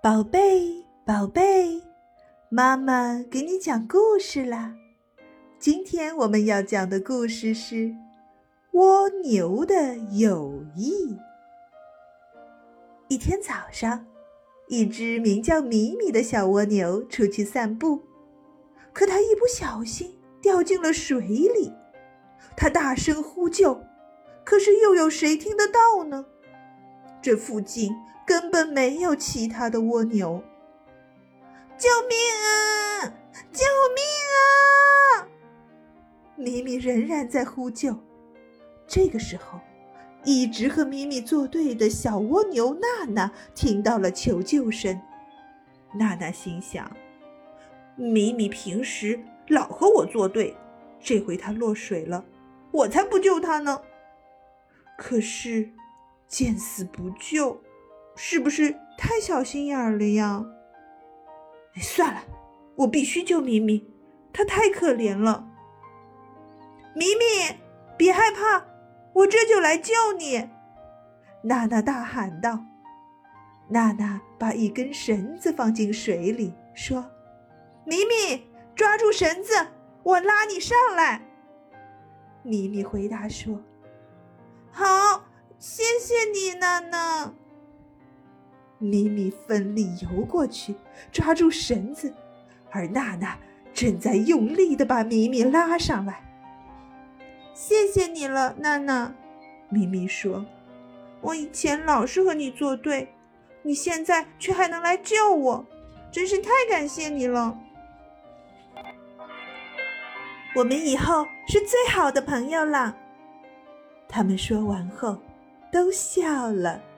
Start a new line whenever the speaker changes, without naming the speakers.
宝贝，宝贝，妈妈给你讲故事啦。今天我们要讲的故事是蜗牛的友谊。一天早上，一只名叫米米的小蜗牛出去散步，可它一不小心掉进了水里。它大声呼救，可是又有谁听得到呢？这附近根本没有其他的蜗牛。救命啊！救命啊！米米仍然在呼救。这个时候，一直和米米作对的小蜗牛娜娜听到了求救声。娜娜心想，米米平时老和我作对，这回他落水了，我才不救他呢。可是见死不救，是不是太小心眼了呀？算了，我必须救米米，她太可怜了。米米，别害怕，我这就来救你！娜娜大喊道。娜娜把一根绳子放进水里，说：米米，抓住绳子，我拉你上来。米米回答说：好，谢谢你，娜娜。米米奋力游过去，抓住绳子，而娜娜正在用力地把米米拉上来。谢谢你了，娜娜，米米说，我以前老是和你作对，你现在却还能来救我，真是太感谢你了。我们以后是最好的朋友了。他们说完后都笑了。